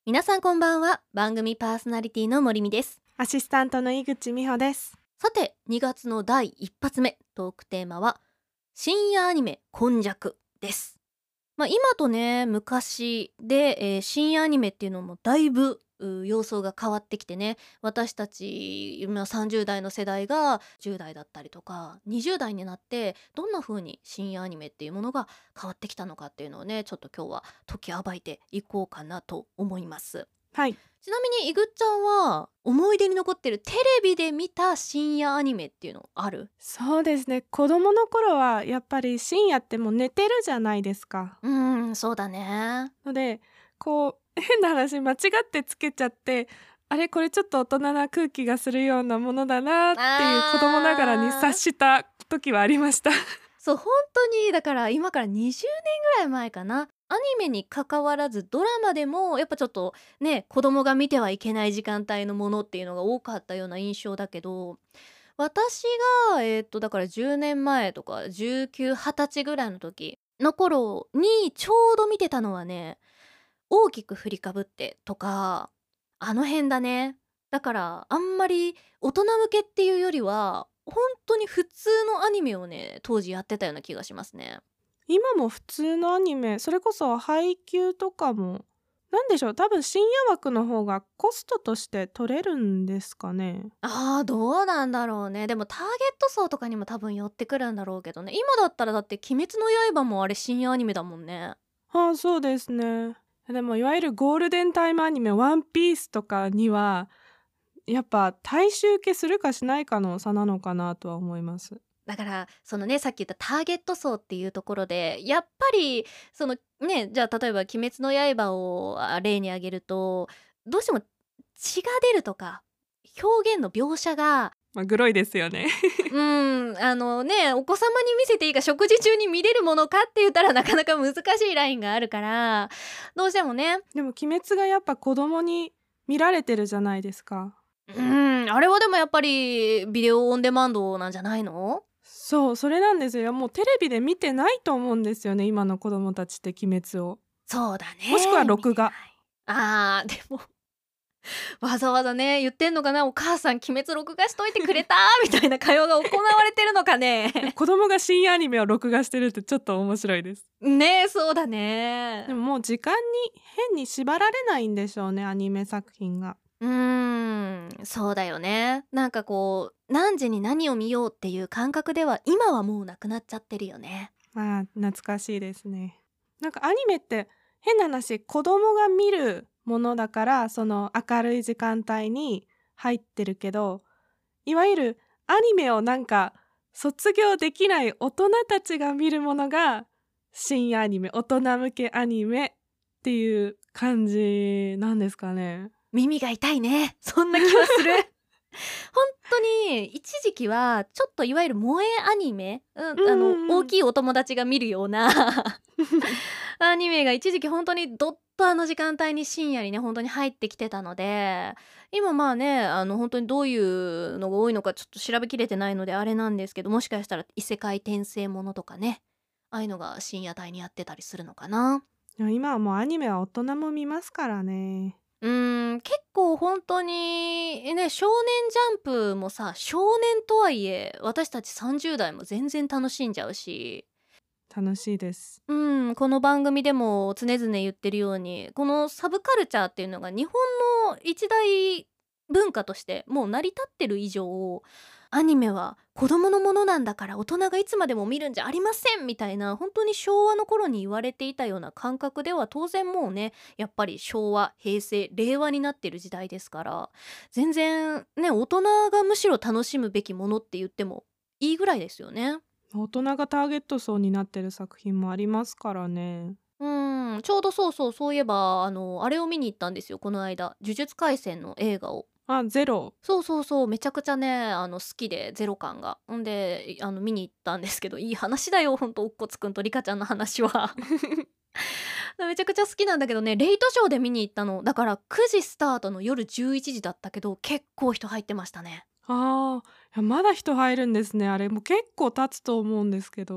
皆さんこんばんは。番組パーソナリティの森美です。 アシスタントの井口美穂です。 さて、2月の第一発目トークテーマは深夜アニメ今昔です。今とね昔で、深夜アニメっていうのもだいぶ様相が変わってきてね、私たち今30代の世代が10代だったりとか20代になってどんな風に深夜アニメっていうものが変わってきたのかっていうのをね、ちょっと今日は解き暴いていこうかなと思います。 はい。 ちなみにいぐっちゃんは思い出に残ってるテレビで見た深夜アニメっていうのある？ そうですね。子供の頃はやっぱり深夜ってもう寝てるじゃないですか。 そうだね。 ので、変な話間違ってつけちゃって、あれこれちょっと大人な空気がするようなものだなっていう子供ながらに察した時はありました。 そう、本当にだから今から20年ぐらい前かな。アニメに関わらずドラマでもやっぱちょっとね、子供が見てはいけない時間帯のものっていうのが多かったような印象だけど、私がだから10年前とか19、20歳ぐらいの時の頃にちょうど見てたのはね、大きく振りかぶってとか、あの辺だね。だからあんまり大人向けっていうよりは本当に普通のアニメをね当時やってたような気がしますね。 今も普通のアニメ、それこそ配給とかも、なんでしょう、多分深夜枠の方がコストとして取れるんですかね。 どうなんだろうね。でもターゲット層とかにも多分寄ってくるんだろうけどね。今だったらだって「鬼滅の刃」もあれ深夜アニメだもんね。 そうですね。でもいわゆるゴールデンタイムアニメ、ワンピースとかにはやっぱ大衆受けするかしないかの差なのかなとは思います。 だからそのね、さっき言ったターゲット層っていうところでやっぱりそのね、じゃあ例えば「鬼滅の刃」を例に挙げると、どうしても血が出るとか表現の描写がグロいですよね。 お子様に見せていいか食事中に見れるものかって言ったらなかなか難しいラインがあるから、どうしてもね。 でも鬼滅がやっぱ子供に見られてるじゃないですか。 あれはでもやっぱりビデオオンデマンドなんじゃないの？ そう、それなんですよ。もうテレビで見てないと思うんですよね、今の子供たちって鬼滅を。 そうだね。 もしくは録画。 見てない。でもわざわざね言ってんのかな、お母さん鬼滅録画しといてくれたみたいな会話が行われてるのかね。 子供が深夜アニメを録画してるってちょっと面白いです。 ねえ、そうだね。 でももう時間に変に縛られないんでしょうね、アニメ作品が。 そうだよね。なんかこう何時に何を見ようっていう感覚では今はもうなくなっちゃってるよね。 懐かしいですね。なんかアニメって変な話、子供が見るものだからその明るい時間帯に入ってるけど、いわゆるアニメをなんか卒業できない大人たちが見るものが深夜アニメ、大人向けアニメっていう感じなんですかね。 耳が痛いね。そんな気はする。本当に一時期はちょっといわゆる萌えアニメ、大きいお友達が見るようなアニメが一時期本当にどっとあの時間帯に深夜にね本当に入ってきてたので、今本当にどういうのが多いのかちょっと調べきれてないのであれなんですけど、もしかしたら異世界転生ものとかね、ああいうのが深夜帯にやってたりするのかな。 いや今はもうアニメは大人も見ますからね。 結構本当にね、少年ジャンプもさ、少年とはいえ私たち30代も全然楽しんじゃうし、 楽しいです。 この番組でも常々言ってるように、このサブカルチャーっていうのが日本の一大文化としてもう成り立ってる以上、アニメは子供のものなんだから大人がいつまでも見るんじゃありませんみたいな、本当に昭和の頃に言われていたような感覚では当然もうね、やっぱり昭和、平成、令和になってる時代ですから、全然ね、大人がむしろ楽しむべきものって言ってもいいぐらいですよね。 大人がターゲット層になってる作品もありますからね。 ちょうどそういえばあれを見に行ったんですよ、この間呪術廻戦の映画を。 ゼロ。 そう、めちゃくちゃね好きで、ゼロ感がんで見に行ったんですけど、いい話だよほんと、おっこつくんとリカちゃんの話は。めちゃくちゃ好きなんだけどね、レイトショーで見に行ったのだから、9時スタートの夜11時だったけど結構人入ってましたね。 いやまだ人入るんですね。あれもう結構経つと思うんですけど。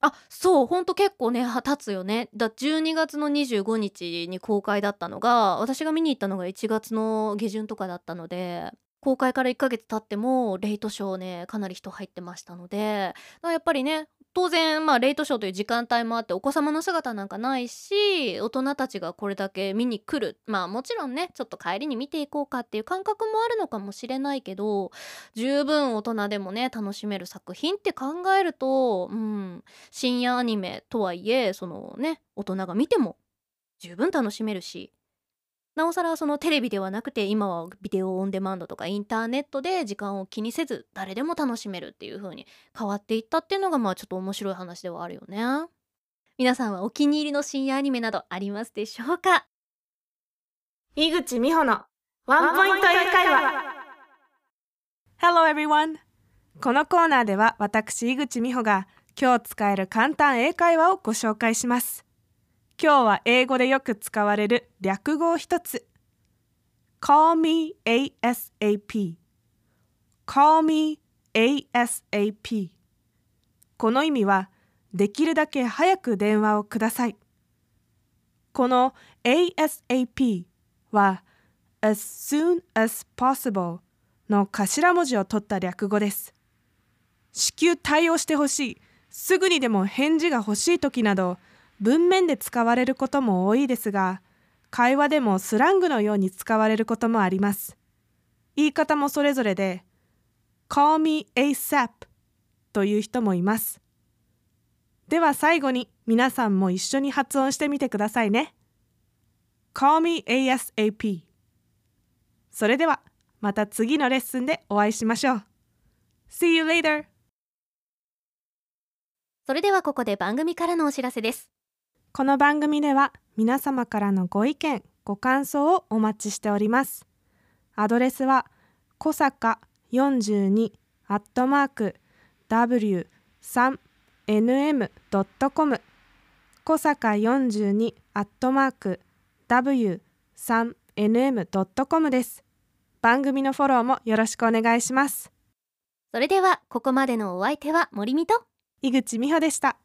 そう、ほんと結構ね、経つよね。12月の25日に公開だったのが、私が見に行ったのが1月の下旬とかだったので、公開から1ヶ月経っても、レイトショーね、かなり人入ってましたので、やっぱりね、当然、レイトショーという時間帯もあって、お子様の姿なんかないし、大人たちがこれだけ見に来る。もちろんね、ちょっと帰りに見ていこうかっていう感覚もあるのかもしれないけど、十分大人でもね、楽しめる作品って考えると、深夜アニメとはいえ、そのね、大人が見ても十分楽しめるし、なおさらそのテレビではなくて、今はビデオオンデマンドとかインターネットで時間を気にせず、誰でも楽しめるっていう風に変わっていったっていうのが、ちょっと面白い話ではあるよね。皆さんはお気に入りの深夜アニメなどありますでしょうか？ 井口美穂のワンポイント英会話。 Hello everyone! このコーナーでは私、井口美穂が今日使える簡単英会話をご紹介します。今日は英語でよく使われる略語を一つ。Call me ASAP Call me ASAP この意味は、できるだけ早く電話をください。この ASAP は as soon as possible の頭文字を取った略語です。至急対応してほしい、すぐにでも返事が欲しい時など、文面で使われることも多いですが、会話でもスラングのように使われることもあります。言い方もそれぞれで、Call me ASAP という人もいます。では最後に皆さんも一緒に発音してみてくださいね。Call me ASAP。それではまた次のレッスンでお会いしましょう。See you later! それではここで番組からのお知らせです。 この番組では皆様からのご意見、ご感想をお待ちしております。アドレスはこさか42@w3nm.com こさか42@w3nm.com です。番組のフォローもよろしくお願いします。 それではここまでのお相手は森美と井口美穂でした。